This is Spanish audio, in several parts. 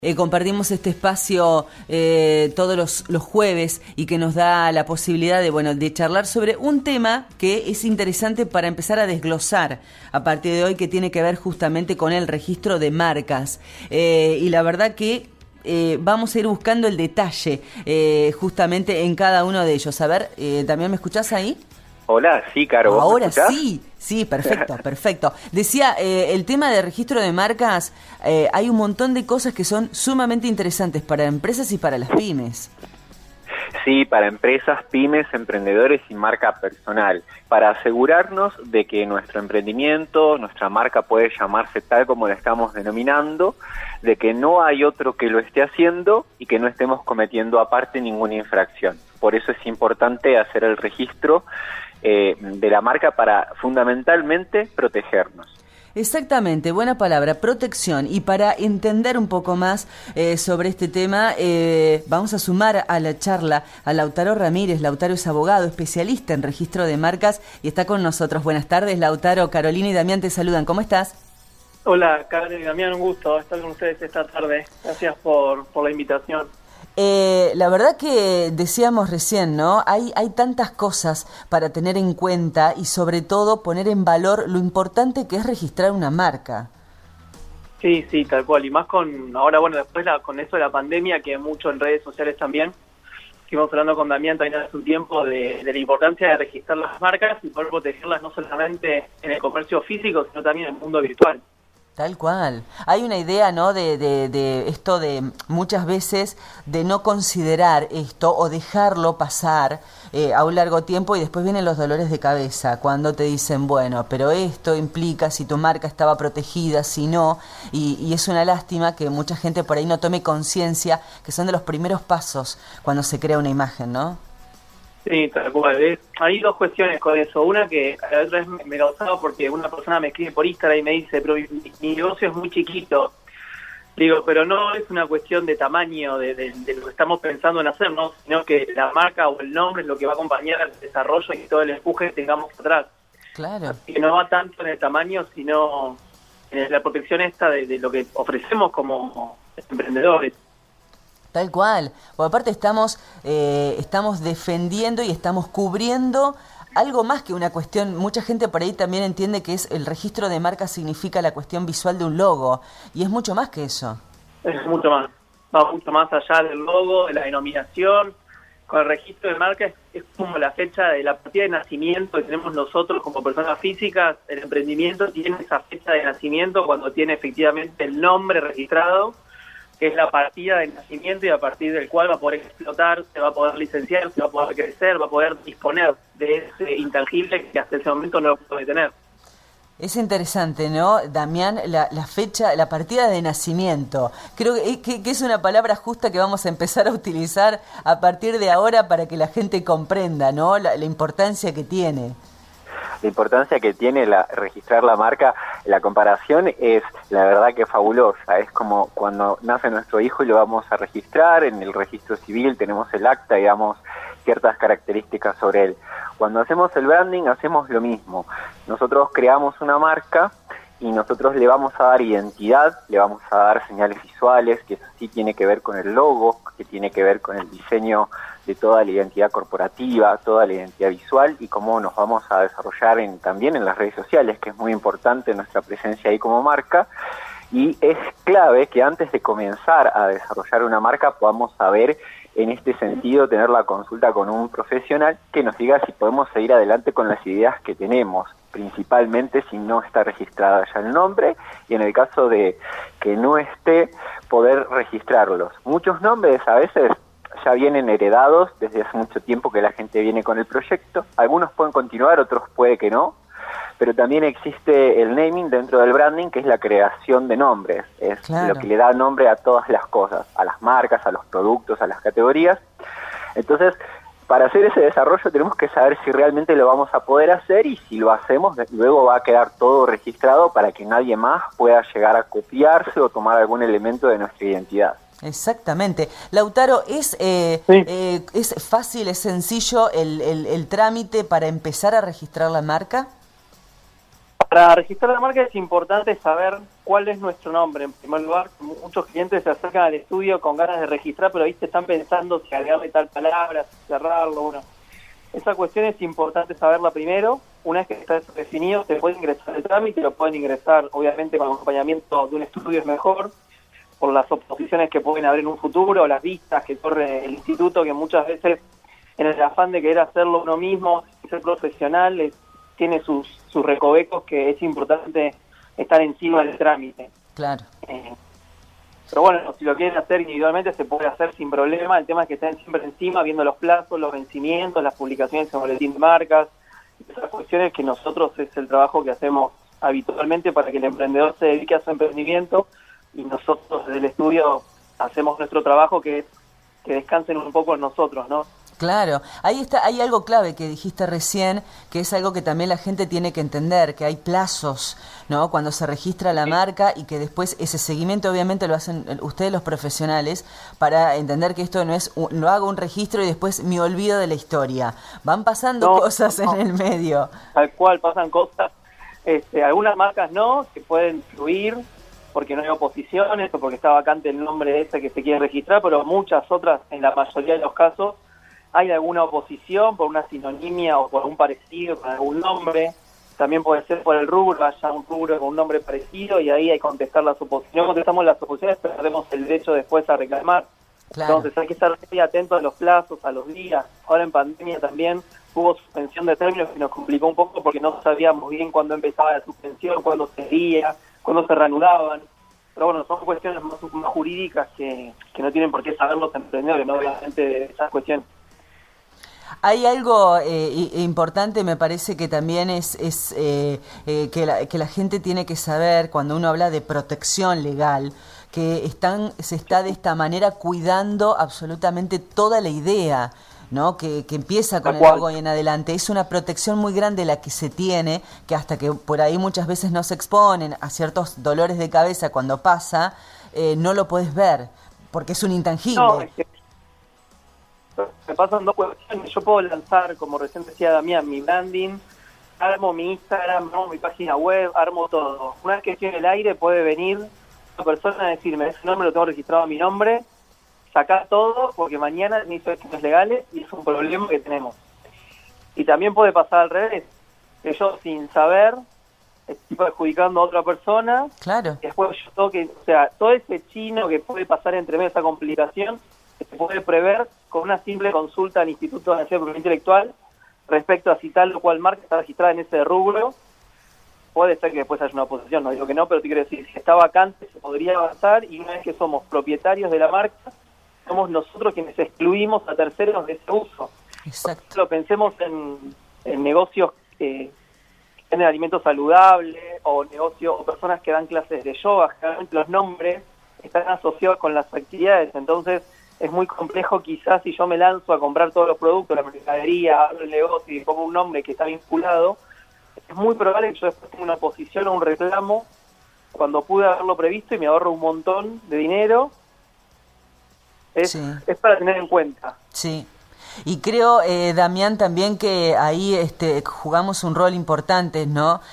Compartimos este espacio todos los jueves y que nos da la posibilidad de charlar sobre un tema que es interesante para empezar a desglosar a partir de hoy, que tiene que ver justamente con el registro de marcas. Y la verdad que vamos a ir buscando el detalle justamente en cada uno de ellos. A ver, ¿también me escuchás ahí? Hola, sí, Caro. Ahora sí, perfecto, perfecto. Decía, el tema de registro de marcas, hay un montón de cosas que son sumamente interesantes para empresas y para las pymes. Sí, para empresas, pymes, emprendedores y marca personal, para asegurarnos de que nuestro emprendimiento, nuestra marca puede llamarse tal como la estamos denominando, de que no hay otro que lo esté haciendo y que no estemos cometiendo aparte ninguna infracción. Por eso es importante hacer el registro de la marca para fundamentalmente protegernos. Exactamente, buena palabra, protección. Y para entender un poco más sobre este tema, vamos a sumar a la charla a Lautaro Ramírez. Lautaro es abogado, especialista en registro de marcas y está con nosotros. Buenas tardes, Lautaro. Carolina y Damián te saludan. ¿Cómo estás? Hola, Carolina y Damián, un gusto estar con ustedes esta tarde. Gracias por la invitación. La verdad que decíamos recién, ¿no? Hay tantas cosas para tener en cuenta y sobre todo poner en valor lo importante que es registrar una marca. Sí, tal cual. Y más ahora, después con eso de la pandemia, que mucho en redes sociales también, estuvimos hablando con Damián también hace un tiempo de la importancia de registrar las marcas y poder protegerlas no solamente en el comercio físico, sino también en el mundo virtual. Tal cual. Hay una idea, ¿no?, de esto de muchas veces de no considerar esto o dejarlo pasar a un largo tiempo, y después vienen los dolores de cabeza cuando te dicen, bueno, pero esto implica si tu marca estaba protegida, si no, y es una lástima que mucha gente por ahí no tome conciencia que son de los primeros pasos cuando se crea una imagen, ¿no? Sí, tal cual. Hay dos cuestiones con eso. Una que a la otra vez me causaba porque una persona me escribe por Instagram y me dice, pero mi negocio es muy chiquito. Digo, pero no es una cuestión de tamaño de lo que estamos pensando en hacer, ¿no? Sino que la marca o el nombre es lo que va a acompañar al desarrollo y todo el empuje que tengamos atrás. Claro. Así que no va tanto en el tamaño, sino en la protección esta de lo que ofrecemos como emprendedores. Tal cual, porque aparte estamos defendiendo y estamos cubriendo algo más que una cuestión. Mucha gente por ahí también entiende que es el registro de marca significa la cuestión visual de un logo, y es mucho más que eso. Es mucho más, va mucho más allá del logo, de la denominación. Con el registro de marca es como la fecha de la partida de nacimiento que tenemos nosotros como personas físicas. El emprendimiento tiene esa fecha de nacimiento cuando tiene efectivamente el nombre registrado, que es la partida de nacimiento y a partir del cual va a poder explotar, se va a poder licenciar, se va a poder crecer, va a poder disponer de ese intangible que hasta ese momento no lo puede tener. Es interesante, ¿no, Damián? La fecha, la partida de nacimiento. Creo que es una palabra justa que vamos a empezar a utilizar a partir de ahora para que la gente comprenda, ¿no?, la importancia que tiene. La importancia que tiene registrar la marca, la comparación es la verdad que fabulosa. Es como cuando nace nuestro hijo y lo vamos a registrar, en el registro civil tenemos el acta y damos ciertas características sobre él. Cuando hacemos el branding hacemos lo mismo. Nosotros creamos una marca y nosotros le vamos a dar identidad, le vamos a dar señales visuales, que eso sí tiene que ver con el logo, que tiene que ver con el diseño de toda la identidad corporativa, toda la identidad visual y cómo nos vamos a desarrollar también en las redes sociales, que es muy importante nuestra presencia ahí como marca. Y es clave que antes de comenzar a desarrollar una marca podamos saber, en este sentido, tener la consulta con un profesional que nos diga si podemos seguir adelante con las ideas que tenemos, principalmente si no está registrada ya el nombre, y en el caso de que no esté, poder registrarlos. Muchos nombres a veces ya vienen heredados desde hace mucho tiempo que la gente viene con el proyecto. Algunos pueden continuar, otros puede que no, pero también existe el naming dentro del branding, que es la creación de nombres. Es claro, lo que le da nombre a todas las cosas, a las marcas, a los productos, a las categorías. Entonces, para hacer ese desarrollo tenemos que saber si realmente lo vamos a poder hacer, y si lo hacemos, luego va a quedar todo registrado para que nadie más pueda llegar a copiarse o tomar algún elemento de nuestra identidad. Exactamente. Lautaro, ¿es fácil, es sencillo el trámite para empezar a registrar la marca? Para registrar la marca es importante saber cuál es nuestro nombre. En primer lugar, muchos clientes se acercan al estudio con ganas de registrar, pero ahí se están pensando si agregarle tal palabra, si cerrarlo. Bueno, esa cuestión es importante saberla primero. Una vez que está eso definido, se puede ingresar el trámite, lo pueden ingresar, obviamente, con acompañamiento de un estudio es mejor, por las oposiciones que pueden haber en un futuro, las vistas que corre el instituto, que muchas veces, en el afán de querer hacerlo uno mismo, ser profesional, tiene sus recovecos que es importante estar encima del trámite. Claro. Pero bueno, si lo quieren hacer individualmente se puede hacer sin problema. El tema es que estén siempre encima, viendo los plazos, los vencimientos, las publicaciones en boletín de marcas, esas cuestiones que nosotros es el trabajo que hacemos habitualmente para que el emprendedor se dedique a su emprendimiento, y nosotros desde el estudio hacemos nuestro trabajo, que es que descansen un poco en nosotros, ¿no? Claro, ahí está, hay algo clave que dijiste recién, que es algo que también la gente tiene que entender, que hay plazos, ¿no? Cuando se registra la marca, y que después ese seguimiento obviamente lo hacen ustedes los profesionales, para entender que esto no es, lo hago un registro y después me olvido de la historia. Van pasando cosas en el medio. Tal cual, pasan cosas. Algunas marcas no, que pueden fluir porque no hay oposiciones o porque está vacante el nombre de ese que se quiere registrar, pero muchas otras, en la mayoría de los casos, hay alguna oposición por una sinonimia o por un parecido con algún nombre. También puede ser por el rubro, haya un rubro con un nombre parecido y ahí hay que contestar las oposiciones. No contestamos las oposiciones, pero perdemos el derecho después a reclamar. Claro. Entonces hay que estar muy atentos a los plazos, a los días. Ahora en pandemia también hubo suspensión de términos que nos complicó un poco porque no sabíamos bien cuándo empezaba la suspensión, cuándo seguía, cuándo se reanudaban. Pero bueno, son cuestiones más jurídicas que no tienen por qué saber los emprendedores, ¿no? Obviamente de esas cuestiones. Hay algo importante, me parece que también es que la gente tiene que saber, cuando uno habla de protección legal, que se está de esta manera cuidando absolutamente toda la idea, ¿no? Que empieza con el logo y en adelante. Es una protección muy grande la que se tiene, que hasta que por ahí muchas veces no se exponen a ciertos dolores de cabeza cuando pasa, no lo puedes ver, porque es un intangible. No, es que me pasan dos cuestiones. Yo puedo lanzar, como recién decía Damián, mi branding, armo mi Instagram, armo mi página web, armo todo. Una vez que estoy en el aire puede venir una persona a decirme, ese nombre lo tengo registrado a mi nombre, sacar todo porque mañana me hizo acciones legales y es un problema que tenemos. Y también puede pasar al revés, que yo sin saber estoy perjudicando a otra persona. Claro. Y después yo toque, o sea, todo ese chino que puede pasar entre medio de esa complicación se puede prever con una simple consulta al Instituto Nacional de Propiedad Intelectual respecto a si tal o cual marca está registrada en ese rubro. Puede ser que después haya una oposición, no digo que no, pero te quiero decir, si está vacante se podría avanzar, y una vez que somos propietarios de la marca, somos nosotros quienes excluimos a terceros de ese uso. Exacto. Lo pensemos en negocios que tienen alimentos saludables, o negocios o personas que dan clases de yoga. Generalmente los nombres están asociados con las actividades, entonces es muy complejo quizás si yo me lanzo a comprar todos los productos, la mercadería, abro el negocio y pongo un nombre que está vinculado. Es muy probable que yo después tenga una oposición o un reclamo cuando pude haberlo previsto y me ahorro un montón de dinero. Es para tener en cuenta. Sí. Y creo, Damián, también que ahí jugamos un rol importante, ¿no?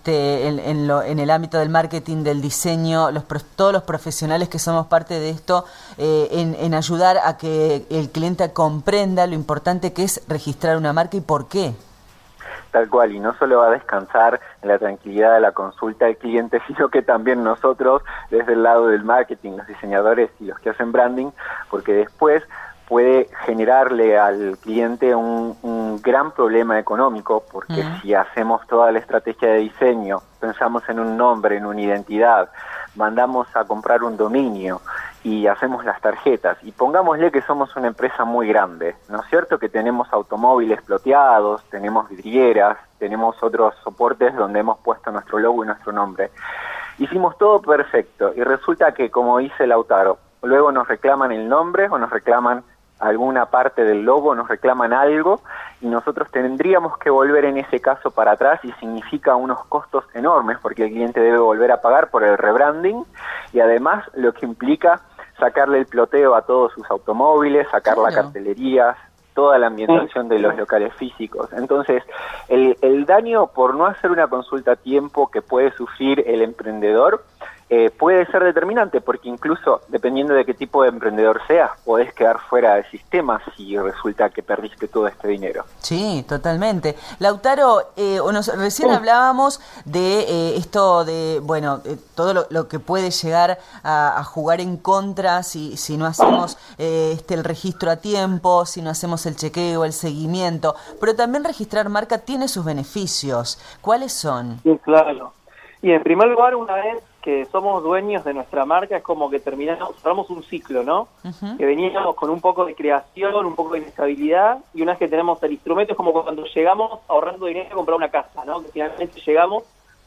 En el ámbito del marketing, del diseño, todos los profesionales que somos parte de esto, en ayudar a que el cliente comprenda lo importante que es registrar una marca y por qué. Tal cual, y no solo va a descansar en la tranquilidad de la consulta del cliente, sino que también nosotros, desde el lado del marketing, los diseñadores y los que hacen branding, porque después puede generarle al cliente un gran problema económico, porque si hacemos toda la estrategia de diseño, pensamos en un nombre, en una identidad, mandamos a comprar un dominio y hacemos las tarjetas, y pongámosle que somos una empresa muy grande, ¿no es cierto? Que tenemos automóviles ploteados, tenemos vidrieras, tenemos otros soportes donde hemos puesto nuestro logo y nuestro nombre. Hicimos todo perfecto, y resulta que, como dice Lautaro, luego nos reclaman el nombre o nos reclaman alguna parte del logo, nos reclaman algo, y nosotros tendríamos que volver en ese caso para atrás, y significa unos costos enormes porque el cliente debe volver a pagar por el rebranding, y además lo que implica sacarle el ploteo a todos sus automóviles, sacar la cartelería, toda la ambientación de los locales físicos. Entonces, el daño por no hacer una consulta a tiempo que puede sufrir el emprendedor puede ser determinante, porque incluso dependiendo de qué tipo de emprendedor seas, podés quedar fuera del sistema si resulta que perdiste todo este dinero. Sí, totalmente. Lautaro, recién hablábamos de esto de, bueno, todo lo que puede llegar a jugar en contra si no hacemos el registro a tiempo, si no hacemos el chequeo, el seguimiento, pero también registrar marca tiene sus beneficios. ¿Cuáles son? Sí, claro. Y en primer lugar, una vez que somos dueños de nuestra marca, es como que cerramos un ciclo, ¿no? Uh-huh. Que veníamos con un poco de creación, un poco de inestabilidad, y una vez que tenemos el instrumento, es como cuando llegamos ahorrando dinero a comprar una casa, ¿no? Que finalmente llegamos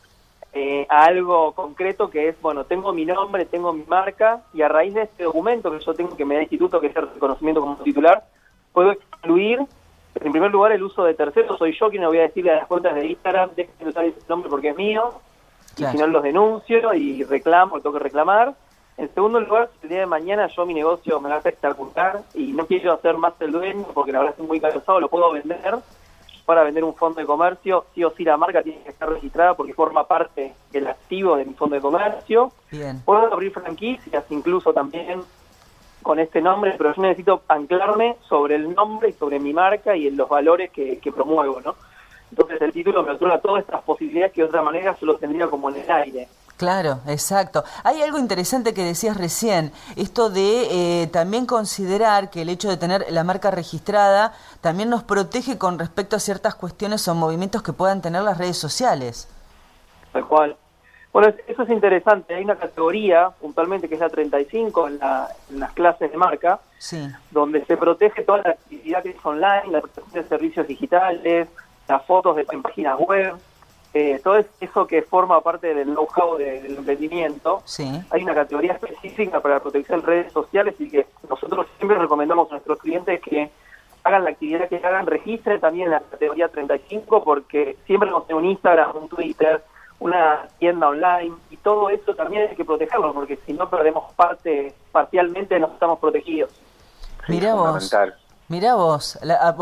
a algo concreto que es, bueno, tengo mi nombre, tengo mi marca, y a raíz de este documento que yo tengo, que me da el instituto, que es el reconocimiento como titular, puedo excluir, en primer lugar, el uso de terceros. Soy yo quien le voy a decirle a las cuentas de Instagram, dejen de usar ese nombre porque es mío. Claro. Y si no, los denuncio y reclamo, tengo que reclamar. En segundo lugar, si el día de mañana yo mi negocio me va a espectacular y no quiero hacer más el dueño porque la verdad estoy muy cansado, lo puedo vender para vender un fondo de comercio. Sí o sí la marca tiene que estar registrada porque forma parte del activo de mi fondo de comercio. Bien. Puedo abrir franquicias incluso también con este nombre, pero yo necesito anclarme sobre el nombre y sobre mi marca y en los valores que promuevo, ¿no? Entonces el título me otorga todas estas posibilidades que de otra manera yo lo tendría como en el aire. Claro, exacto. Hay algo interesante que decías recién, esto de también considerar que el hecho de tener la marca registrada también nos protege con respecto a ciertas cuestiones o movimientos que puedan tener las redes sociales. Tal cual. Bueno, eso es interesante. Hay una categoría, puntualmente, que es la 35 en las clases de marca, sí, donde se protege toda la actividad que es online, la protección de servicios digitales, las fotos en páginas web, todo eso que forma parte del know-how del emprendimiento. Sí. Hay una categoría específica para la protección de redes sociales y que nosotros siempre recomendamos a nuestros clientes que hagan la actividad que hagan, registren también la categoría 35 porque siempre vamos a tener un Instagram, un Twitter, una tienda online y todo eso también hay que protegerlo porque si no perdemos parcialmente no estamos protegidos. Mirá vos. Mirá vos,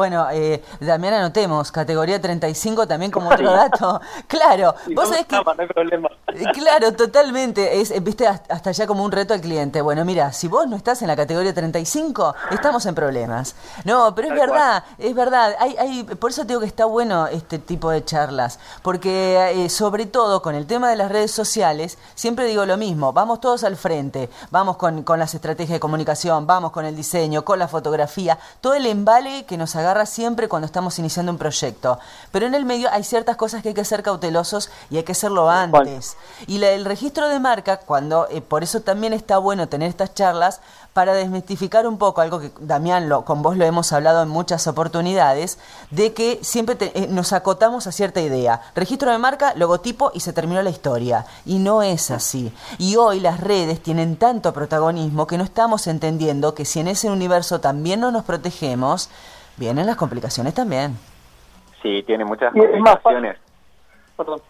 Damián, anotemos, categoría 35 también como otro dato. Claro, si vos no sabés que... No hay problema. Claro, totalmente, viste, hasta ya como un reto al cliente. Bueno, mira, si vos no estás en la categoría 35, estamos en problemas. No, pero es verdad, por eso te digo que está bueno este tipo de charlas, porque sobre todo con el tema de las redes sociales, siempre digo lo mismo, vamos todos al frente, vamos con las estrategias de comunicación, vamos con el diseño, con la fotografía, todo el embale que nos agarra siempre cuando estamos iniciando un proyecto. Pero en el medio hay ciertas cosas que hay que ser cautelosos y hay que hacerlo antes. Y el registro de marca, cuando por eso también está bueno tener estas charlas para desmitificar un poco algo que, Damián, con vos lo hemos hablado en muchas oportunidades, de que siempre nos acotamos a cierta idea. Registro de marca, logotipo y se terminó la historia. Y no es así. Y hoy las redes tienen tanto protagonismo que no estamos entendiendo que si en ese universo también no nos protegemos, vienen las complicaciones también. Sí, tiene muchas complicaciones. Perdón.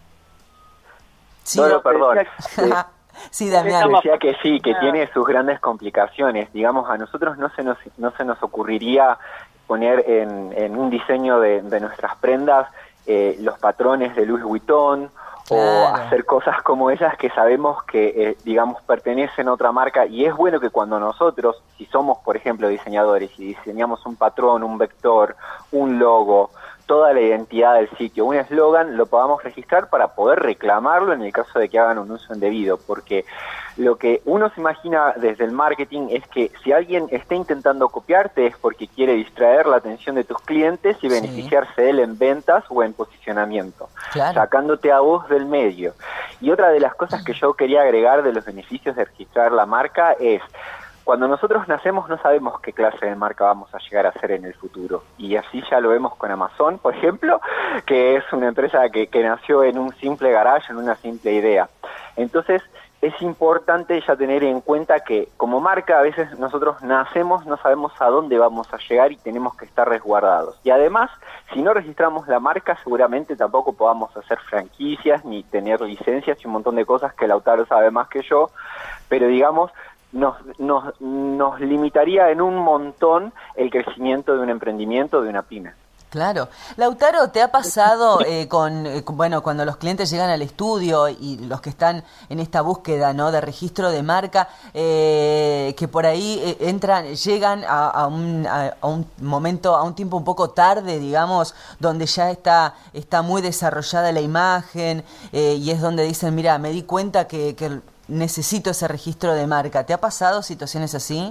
Sí, perdón. Sí, Damián. Decía que sí, que tiene sus grandes complicaciones. Digamos, a nosotros no se nos ocurriría poner en un diseño de nuestras prendas los patrones de Louis Vuitton, claro, o hacer cosas como esas que sabemos que, digamos, pertenecen a otra marca. Y es bueno que cuando nosotros, si somos, por ejemplo, diseñadores y diseñamos un patrón, un vector, un logo, toda la identidad del sitio, un eslogan, lo podamos registrar para poder reclamarlo en el caso de que hagan un uso indebido, porque lo que uno se imagina desde el marketing es que si alguien está intentando copiarte es porque quiere distraer la atención de tus clientes y beneficiarse de él en ventas o en posicionamiento, claro, sacándote a vos del medio. Y otra de las cosas que yo quería agregar de los beneficios de registrar la marca es: cuando nosotros nacemos no sabemos qué clase de marca vamos a llegar a ser en el futuro. Y así ya lo vemos con Amazon, por ejemplo, que es una empresa que nació en un simple garage, en una simple idea. Entonces, es importante ya tener en cuenta que como marca a veces nosotros nacemos, no sabemos a dónde vamos a llegar y tenemos que estar resguardados. Y además, si no registramos la marca, seguramente tampoco podamos hacer franquicias ni tener licencias y un montón de cosas que Lautaro sabe más que yo, pero digamos, nos limitaría en un montón el crecimiento de un emprendimiento, de una pyme. Claro. Lautaro, ¿te ha pasado bueno, cuando los clientes llegan al estudio y los que están en esta búsqueda, ¿no?, de registro de marca, que por ahí llegan a un momento, a un tiempo un poco tarde, digamos, donde ya está muy desarrollada la imagen, y es donde dicen, mira, me di cuenta que necesito ese registro de marca? ¿Te ha pasado situaciones así?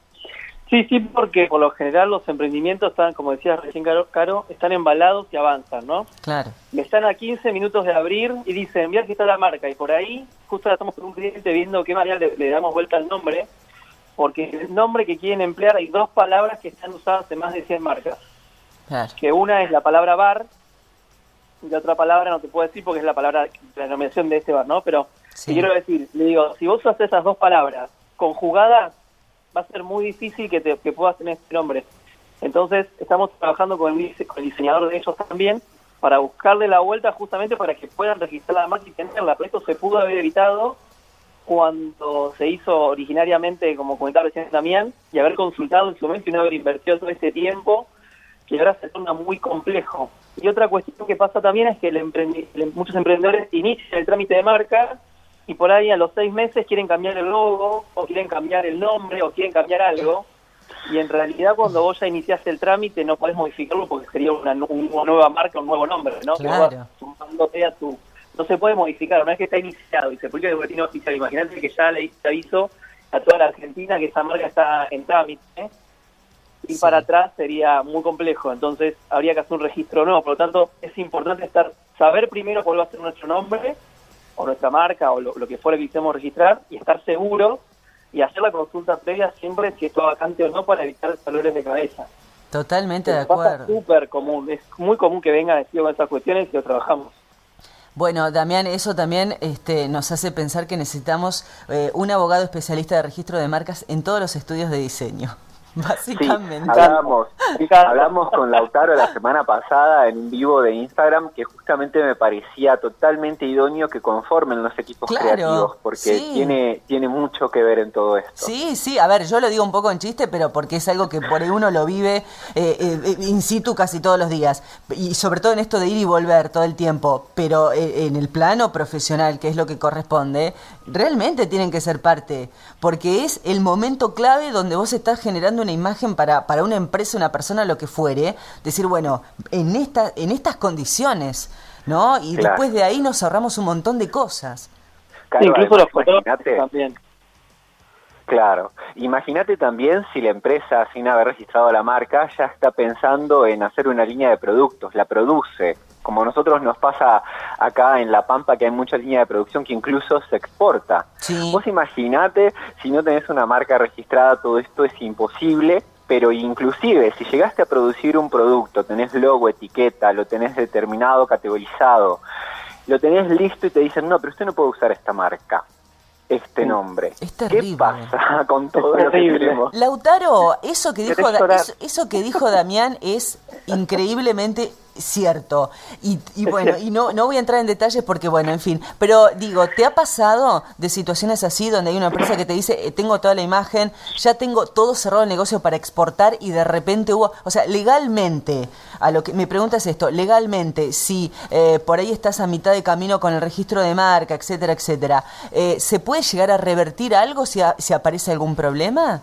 Sí, porque por lo general los emprendimientos están, como decías recién, Caro, están embalados y avanzan, ¿no? Claro. Están a 15 minutos de abrir y dicen, mira, aquí está la marca, y por ahí justo estamos con un cliente viendo qué manera le damos vuelta al nombre, porque el nombre que quieren emplear, hay 2 palabras que están usadas en más de 100 marcas. Claro. Que una es la palabra bar, y la otra palabra no te puedo decir porque es la palabra, la denominación de este bar, ¿no? Pero sí. Quiero decir, le digo, si vos usas esas 2 palabras conjugadas, va a ser muy difícil que puedas tener este nombre. Entonces, estamos trabajando con el diseñador de ellos también para buscarle la vuelta justamente para que puedan registrar la marca y tenerla. Pero esto se pudo haber evitado cuando se hizo originariamente, como comentaba recién Damián, y haber consultado en su momento y no haber invertido todo ese tiempo, que ahora se torna muy complejo. Y otra cuestión que pasa también es que muchos emprendedores inician el trámite de marca y por ahí a los 6 meses quieren cambiar el logo, o quieren cambiar el nombre, o quieren cambiar algo, y en realidad cuando vos ya iniciaste el trámite no podés modificarlo porque sería una nueva marca, un nuevo nombre, ¿no? Claro. Que vas sumándote a tu... No se puede modificar, una vez que está iniciado y se publica el boletín oficial, imagínate que ya le diste aviso a toda la Argentina que esa marca está en trámite, ¿eh? Y sí, para atrás sería muy complejo, entonces habría que hacer un registro nuevo. Por lo tanto, es importante saber primero cuál va a ser nuestro nombre, o nuestra marca, o lo que fuera que quisiéramos registrar, y estar seguro y hacer la consulta previa siempre si está vacante o no, para evitar dolores de cabeza. Totalmente de acuerdo. Es súper común, es muy común que vengan a decir con esas cuestiones y lo trabajamos. Bueno, Damián, eso también nos hace pensar que necesitamos un abogado especialista de registro de marcas en todos los estudios de diseño. Básicamente. Sí, hablamos con Lautaro la semana pasada en un vivo de Instagram que justamente me parecía totalmente idóneo que conformen los equipos creativos, porque sí, tiene mucho que ver en todo esto. Sí, a ver, yo lo digo un poco en chiste, pero porque es algo que por ahí uno lo vive in situ casi todos los días, y sobre todo en esto de ir y volver todo el tiempo, pero en el plano profesional, que es lo que corresponde, realmente tienen que ser parte, porque es el momento clave donde vos estás generando una imagen para una empresa, una persona, lo que fuere, decir, bueno, en estas condiciones, ¿no? Y claro, después de ahí nos ahorramos un montón de cosas. Claro, incluso los fotógrafos también. Claro, imagínate también si la empresa, sin haber registrado la marca, ya está pensando en hacer una línea de productos, la produce, como a nosotros nos pasa acá en La Pampa, que hay mucha línea de producción que incluso se exporta. Sí. Vos imaginate, si no tenés una marca registrada, todo esto es imposible, pero inclusive si llegaste a producir un producto, tenés logo, etiqueta, lo tenés determinado, categorizado, lo tenés listo y te dicen, no, pero usted no puede usar esta marca, este nombre. Es terrible. ¿Qué pasa con todo lo que tenemos? Lautaro, eso que dijo Damián es increíblemente cierto. Y bueno, y no voy a entrar en detalles porque, bueno, en fin. Pero digo, ¿te ha pasado de situaciones así donde hay una empresa que te dice, tengo toda la imagen, ya tengo todo cerrado el negocio para exportar y de repente hubo, o sea, legalmente, a lo que me pregunta es esto, legalmente, si por ahí estás a mitad de camino con el registro de marca, etcétera, etcétera, ¿se puede llegar a revertir algo si aparece algún problema?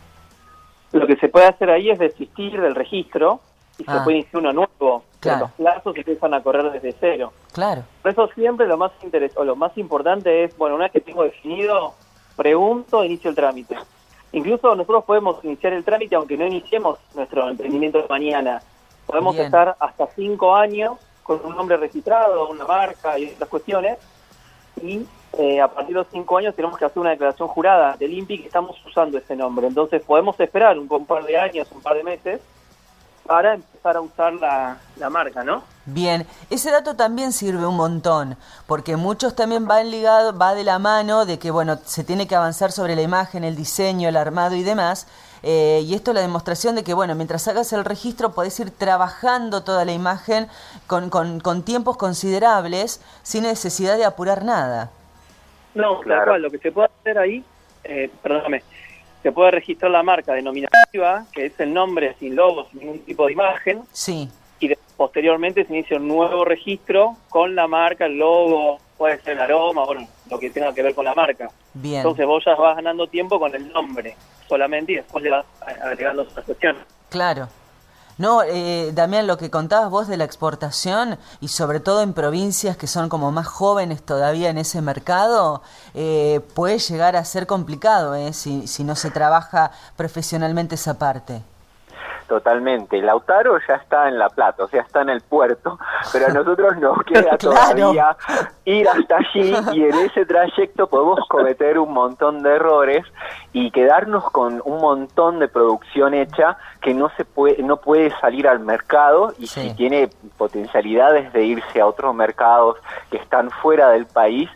Lo que se puede hacer ahí es desistir del registro y se puede iniciar uno nuevo. Claro. Los plazos empiezan a correr desde cero. Claro. Por eso siempre lo más importante es, bueno, una vez que tengo definido, pregunto, inicio el trámite. Incluso nosotros podemos iniciar el trámite aunque no iniciemos nuestro emprendimiento de mañana. Podemos estar hasta 5 años con un nombre registrado, una marca y otras cuestiones, y a partir de los 5 años tenemos que hacer una declaración jurada del INPI que estamos usando ese nombre. Entonces podemos esperar un par de años, un par de meses, para empezar a usar la marca, ¿no? Bien, ese dato también sirve un montón, porque muchos también va de la mano de que, bueno, se tiene que avanzar sobre la imagen, el diseño, el armado y demás, y esto es la demostración de que, bueno, mientras hagas el registro podés ir trabajando toda la imagen con tiempos considerables, sin necesidad de apurar nada. No, claro. Tal cual, lo que se puede hacer ahí, se puede registrar la marca denominativa, que es el nombre sin logo, sin ningún tipo de imagen. Sí. Y posteriormente se inicia un nuevo registro con la marca, el logo, puede ser el aroma, bueno, lo que tenga que ver con la marca. Bien. Entonces vos ya vas ganando tiempo con el nombre solamente y después le vas agregando otras cuestiones. Claro. No, Damián, lo que contabas vos de la exportación y sobre todo en provincias que son como más jóvenes todavía en ese mercado, puede llegar a ser complicado si no se trabaja profesionalmente esa parte. Totalmente. Lautaro ya está en La Plata, o sea, está en el puerto, pero a nosotros nos queda Claro. todavía ir hasta allí y en ese trayecto podemos cometer un montón de errores y quedarnos con un montón de producción hecha que no puede salir al mercado y Sí. si tiene potencialidades de irse a otros mercados que están fuera del país,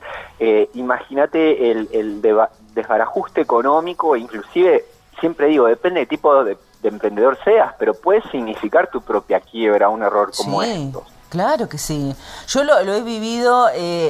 imagínate el desbarajuste económico, inclusive, siempre digo, depende del tipo de emprendedor seas, pero puede significar tu propia quiebra, un error como estos. Claro que sí. Yo lo he vivido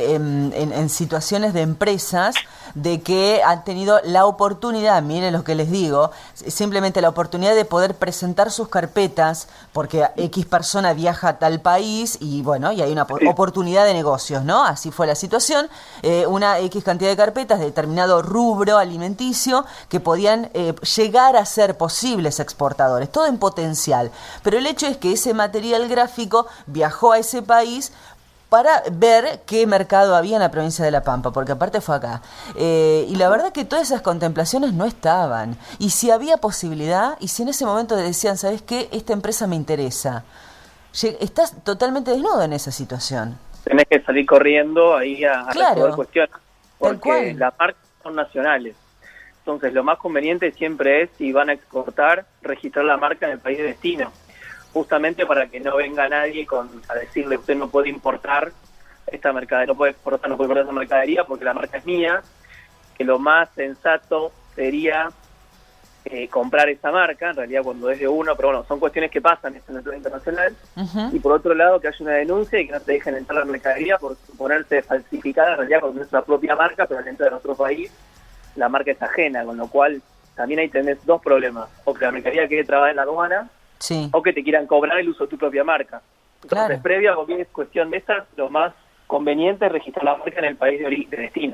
en situaciones de empresas de que han tenido la oportunidad, miren lo que les digo, simplemente la oportunidad de poder presentar sus carpetas porque X persona viaja a tal país y bueno, y hay una oportunidad de negocios, ¿no? Así fue la situación, una X cantidad de carpetas de determinado rubro alimenticio que podían llegar a ser posibles exportadores, todo en potencial, pero el hecho es que ese material gráfico viajó a ese país para ver qué mercado había en la provincia de La Pampa, porque aparte fue acá. Y la verdad que todas esas contemplaciones no estaban. Y si había posibilidad, y si en ese momento decían, ¿sabes qué? Esta empresa me interesa. Estás totalmente desnudo en esa situación. Tenés que salir corriendo ahí a resolver cuestiones, Tal porque cual. las marcas son nacionales. Entonces, lo más conveniente siempre es, si van a exportar, registrar la marca en el país de destino. Justamente para que no venga nadie a decirle usted no puede importar esta mercadería, no puede exportar esa mercadería porque la marca es mía, que lo más sensato sería comprar esa marca, en realidad cuando es de uno, pero bueno, son cuestiones que pasan en el plano internacional, y por otro lado que haya una denuncia y que no te dejen entrar a la mercadería por suponerse falsificada, en realidad con nuestra propia marca, pero dentro de nuestro país la marca es ajena, con lo cual también ahí tenés dos problemas, o que la mercadería quede trabada en la aduana, Sí. o que te quieran cobrar el uso de tu propia marca. Entonces, Claro. previa a cualquier cuestión de estas, lo más conveniente es registrar la marca en el país de destino.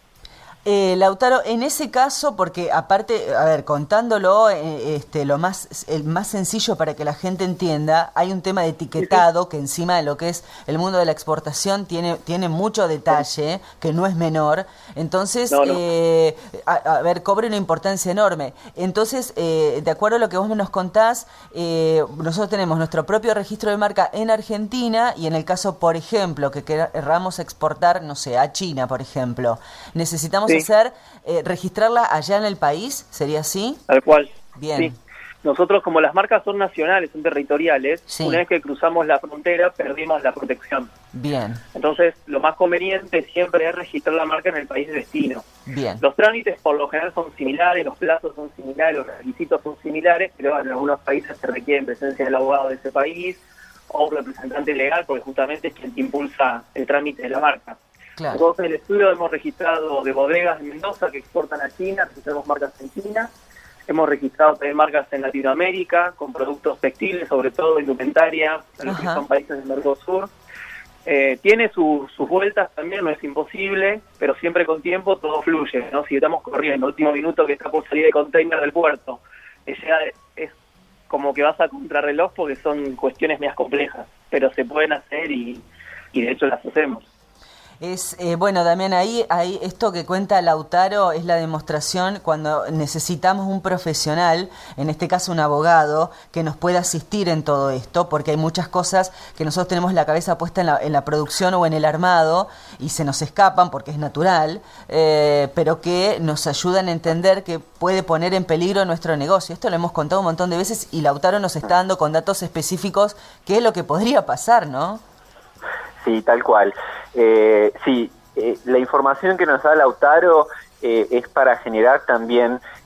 Lautaro, en ese caso, porque aparte, a ver, contándolo, el más sencillo para que la gente entienda, hay un tema de etiquetado que encima de lo que es el mundo de la exportación tiene mucho detalle, que no es menor, entonces, No. a ver, cobra una importancia enorme. Entonces, de acuerdo a lo que vos nos contás, nosotros tenemos nuestro propio registro de marca en Argentina y en el caso, por ejemplo, que queramos exportar, no sé, a China, por ejemplo, necesitamos registrarla allá en el país, ¿sería así? Tal cual. Bien. Sí. Nosotros, como las marcas son nacionales, son territoriales, Sí. una vez que cruzamos la frontera, perdimos la protección. Bien, Entonces, lo más conveniente siempre es registrar la marca en el país de destino. bien. Los trámites por lo general son similares, los plazos son similares, los requisitos son similares, pero en algunos países se requiere presencia del abogado de ese país o un representante legal, porque justamente es quien te impulsa el trámite de la marca. Claro. Nosotros en el estudio hemos registrado de bodegas de Mendoza que exportan a China, registramos marcas en China, hemos registrado también marcas en Latinoamérica, con productos textiles, sobre todo indumentaria, en los que son países del Mercosur. Tiene sus vueltas también, no es imposible, pero siempre con tiempo todo fluye, ¿no? Si estamos corriendo, último minuto que está por salir el container del puerto, es como que vas a contrarreloj porque son cuestiones más complejas, pero se pueden hacer y de hecho las hacemos. Bueno, Damián, ahí esto que cuenta Lautaro es la demostración cuando necesitamos un profesional, en este caso un abogado, que nos pueda asistir en todo esto, porque hay muchas cosas que nosotros tenemos la cabeza puesta en la producción o en el armado y se nos escapan porque es natural, pero que nos ayudan a entender que puede poner en peligro nuestro negocio. Esto lo hemos contado un montón de veces y Lautaro nos está dando con datos específicos qué es lo que podría pasar, ¿no? Sí, tal cual. La información que nos da Lautaro es para generar también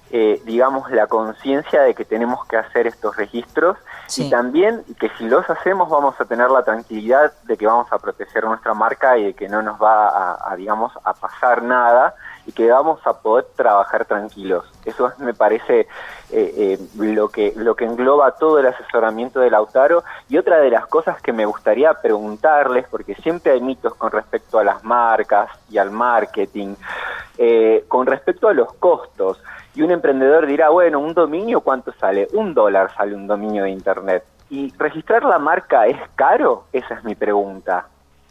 digamos, la conciencia de que tenemos que hacer estos registros, y también que si los hacemos vamos a tener la tranquilidad de que vamos a proteger nuestra marca y de que no nos va digamos, a pasar nada, y que vamos a poder trabajar tranquilos. Eso me parece lo que engloba todo el asesoramiento de Lautaro. Y otra de las cosas que me gustaría preguntarles, porque siempre hay mitos con respecto a las marcas y al marketing, con respecto a los costos. Y un emprendedor dirá, bueno, ¿un dominio cuánto sale? $1 sale un dominio de internet. ¿Y registrar la marca es caro? Esa es mi pregunta.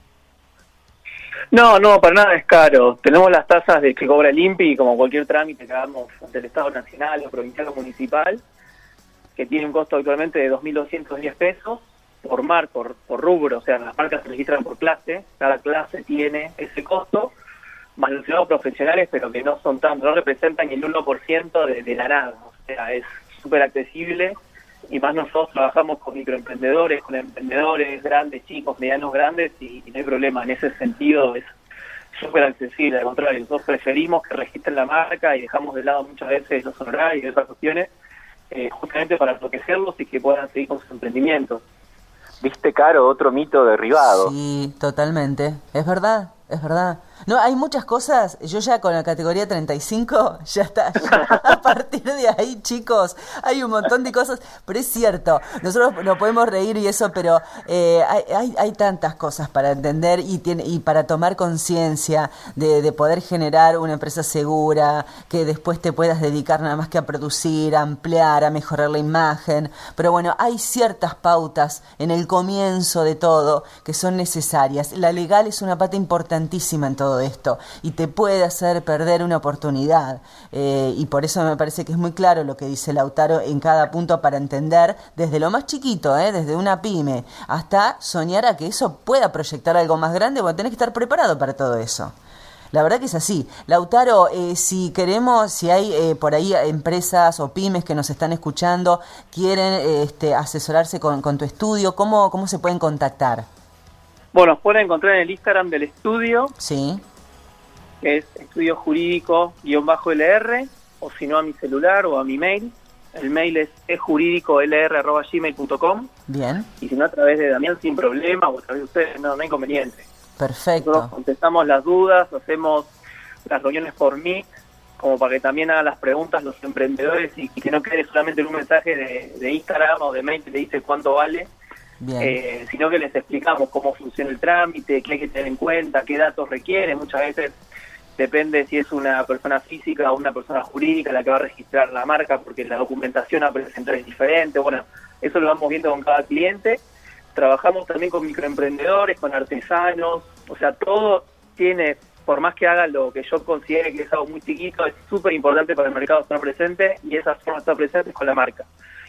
No, para nada es caro. Tenemos las tasas de que cobra el INPI, como cualquier trámite que hagamos ante el Estado Nacional o provincial o municipal, que tiene un costo actualmente de 2.210 pesos por rubro. O sea, las marcas se registran por clase, cada clase tiene ese costo, más los empleados profesionales, pero que no son tanto, no representan el 1% de la nada. O sea, es súper accesible, y más nosotros trabajamos con microemprendedores, con emprendedores grandes, chicos, medianos, grandes, y no hay problema. En ese sentido es súper accesible. Al contrario, nosotros preferimos que registren la marca y dejamos de lado muchas veces los honorarios y otras cuestiones, justamente para protegerlos y que puedan seguir con sus emprendimientos. ¿Viste, Caro? Otro mito derribado. Sí, totalmente. Es verdad. No, hay muchas cosas. Yo ya con la categoría 35, ya está. Ya, a partir de ahí, chicos, hay un montón de cosas. Pero es cierto, nosotros nos podemos reír y eso, pero hay tantas cosas para entender y para tomar conciencia de poder generar una empresa segura, que después te puedas dedicar nada más que a producir, a ampliar, a mejorar la imagen. Pero bueno, hay ciertas pautas en el comienzo de todo que son necesarias. La legal es una pata importantísima en todo esto y te puede hacer perder una oportunidad, y por eso me parece que es muy claro lo que dice Lautaro en cada punto, para entender desde lo más chiquito, desde una pyme hasta soñar a que eso pueda proyectar algo más grande. Bueno, tenés que estar preparado para todo eso. La verdad que es así. Lautaro, si hay por ahí empresas o pymes que nos están escuchando, quieren asesorarse con tu estudio, ¿cómo se pueden contactar? Bueno, nos pueden encontrar en el Instagram del estudio, sí, que es estudio jurídico-LR, o si no a mi celular o a mi mail. El mail es juridicolr@gmail.com. Bien. Y si no, a través de Damián sin problema, o a través de ustedes, no hay inconveniente. Perfecto. Nosotros contestamos las dudas, hacemos las reuniones por Meet, como para que también hagan las preguntas los emprendedores y que no quede solamente en un mensaje de Instagram o de mail que te dice cuánto vale. Bien. Sino que les explicamos cómo funciona el trámite, qué hay que tener en cuenta, qué datos requiere. Muchas veces depende si es una persona física o una persona jurídica la que va a registrar la marca, porque la documentación a presentar es diferente. Bueno, eso lo vamos viendo con cada cliente. Trabajamos también con microemprendedores, con artesanos, o sea, todo tiene, por más que haga lo que yo considere que es algo muy chiquito, es súper importante para el mercado estar presente, y esa forma de estar presente es con la marca.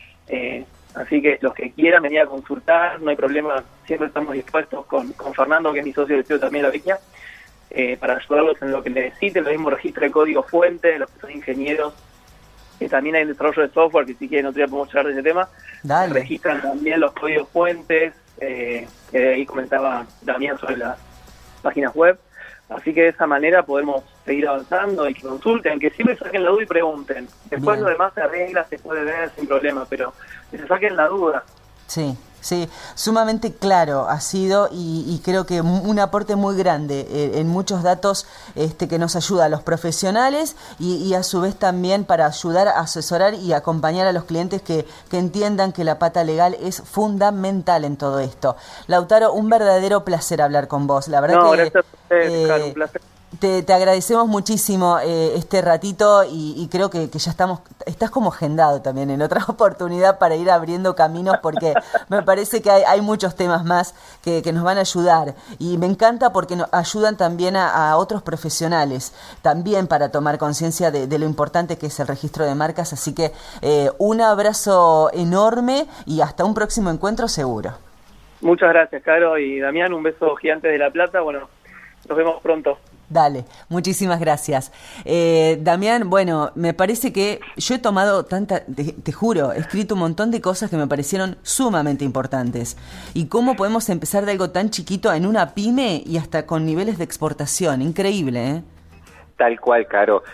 Así que los que quieran venir a consultar, no hay problema, siempre estamos dispuestos con Fernando, que es mi socio de estudio también, la Viña, para ayudarlos en lo que necesiten. Lo mismo registro de código fuente, los que son ingenieros, que también hay desarrollo de software, que si quieren otro día podemos hablar de ese tema. Dale. Registran también los códigos fuentes, que ahí comentaba Damián sobre las páginas web. Así que de esa manera podemos seguir avanzando y que consulten, que siempre saquen la duda y pregunten. Después lo demás se arregla, se puede ver sin problema, pero que se saquen la duda. Sí, sumamente claro ha sido, y creo que un aporte muy grande en muchos datos que nos ayuda a los profesionales y a su vez también para ayudar a asesorar y acompañar a los clientes que entiendan que la pata legal es fundamental en todo esto. Lautaro, un verdadero placer hablar con vos. La verdad que gracias a ustedes, Carlos, un placer. Te agradecemos muchísimo este ratito y creo que ya estás como agendado también en otra oportunidad para ir abriendo caminos, porque me parece que hay muchos temas más que nos van a ayudar, y me encanta porque nos ayudan también a otros profesionales también para tomar conciencia de lo importante que es el registro de marcas. Así que un abrazo enorme y hasta un próximo encuentro seguro. Muchas gracias, Caro y Damián, un beso gigante de La Plata. Bueno, nos vemos pronto. Dale, muchísimas gracias. Damián, bueno, me parece que yo he tomado te juro, he escrito un montón de cosas que me parecieron sumamente importantes. Y cómo podemos empezar de algo tan chiquito en una pyme y hasta con niveles de exportación. Increíble, ¿eh? Tal cual, Caro.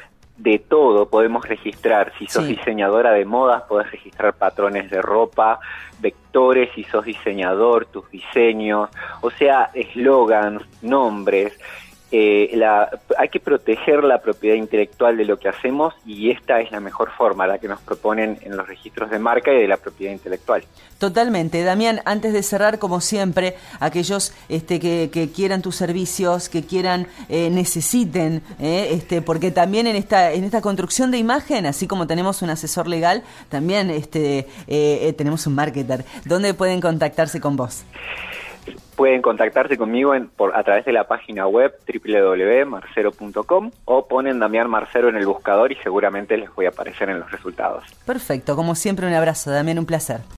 de todo podemos registrar. Si sos Sí. diseñadora de modas, podés registrar patrones de ropa, vectores, si sos diseñador, tus diseños, o sea, eslogans, nombres. Hay que proteger la propiedad intelectual de lo que hacemos y esta es la mejor forma, la que nos proponen en los registros de marca y de la propiedad intelectual. Totalmente. Damián, antes de cerrar, como siempre, aquellos que quieran tus servicios, que quieran, necesiten, porque también en esta construcción de imagen, así como tenemos un asesor legal, también tenemos un marketer. ¿Dónde pueden contactarse con vos? Pueden contactarse conmigo a través de la página web www.marcero.com o ponen Damián Marcero en el buscador y seguramente les voy a aparecer en los resultados. Perfecto. Como siempre, un abrazo, Damián, un placer.